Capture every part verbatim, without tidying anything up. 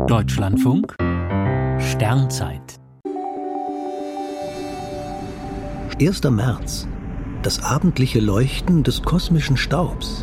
Deutschlandfunk Sternzeit. erster März. Das abendliche Leuchten des kosmischen Staubs.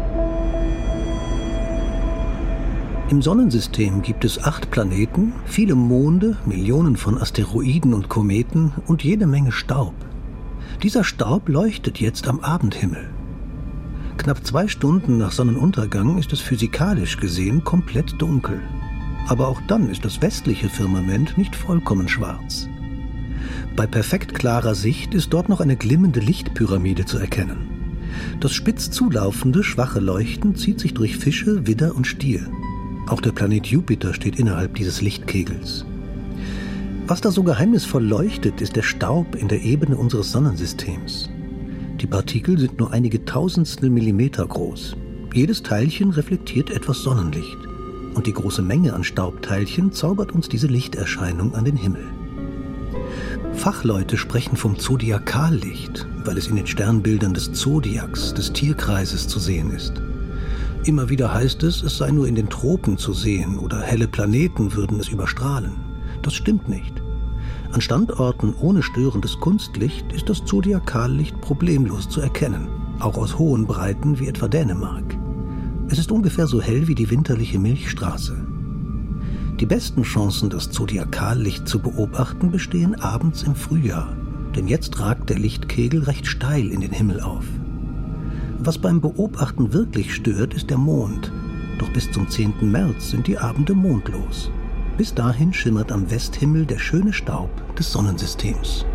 Im Sonnensystem gibt es acht Planeten, viele Monde, Millionen von Asteroiden und Kometen und jede Menge Staub. Dieser Staub leuchtet jetzt am Abendhimmel. Knapp zwei Stunden nach Sonnenuntergang ist es physikalisch gesehen komplett dunkel. Aber auch dann ist das westliche Firmament nicht vollkommen schwarz. Bei perfekt klarer Sicht ist dort noch eine glimmende Lichtpyramide zu erkennen. Das spitz zulaufende, schwache Leuchten zieht sich durch Fische, Widder und Stier. Auch der Planet Jupiter steht innerhalb dieses Lichtkegels. Was da so geheimnisvoll leuchtet, ist der Staub in der Ebene unseres Sonnensystems. Die Partikel sind nur einige Tausendstel Millimeter groß. Jedes Teilchen reflektiert etwas Sonnenlicht. Und die große Menge an Staubteilchen zaubert uns diese Lichterscheinung an den Himmel. Fachleute sprechen vom Zodiakallicht, weil es in den Sternbildern des Zodiaks, des Tierkreises, zu sehen ist. Immer wieder heißt es, es sei nur in den Tropen zu sehen oder helle Planeten würden es überstrahlen. Das stimmt nicht. An Standorten ohne störendes Kunstlicht ist das Zodiakallicht problemlos zu erkennen, auch aus hohen Breiten wie etwa Dänemark. Es ist ungefähr so hell wie die winterliche Milchstraße. Die besten Chancen, das Zodiakallicht zu beobachten, bestehen abends im Frühjahr, denn jetzt ragt der Lichtkegel recht steil in den Himmel auf. Was beim Beobachten wirklich stört, ist der Mond. Doch bis zum zehnten März sind die Abende mondlos. Bis dahin schimmert am Westhimmel der schöne Staub des Sonnensystems.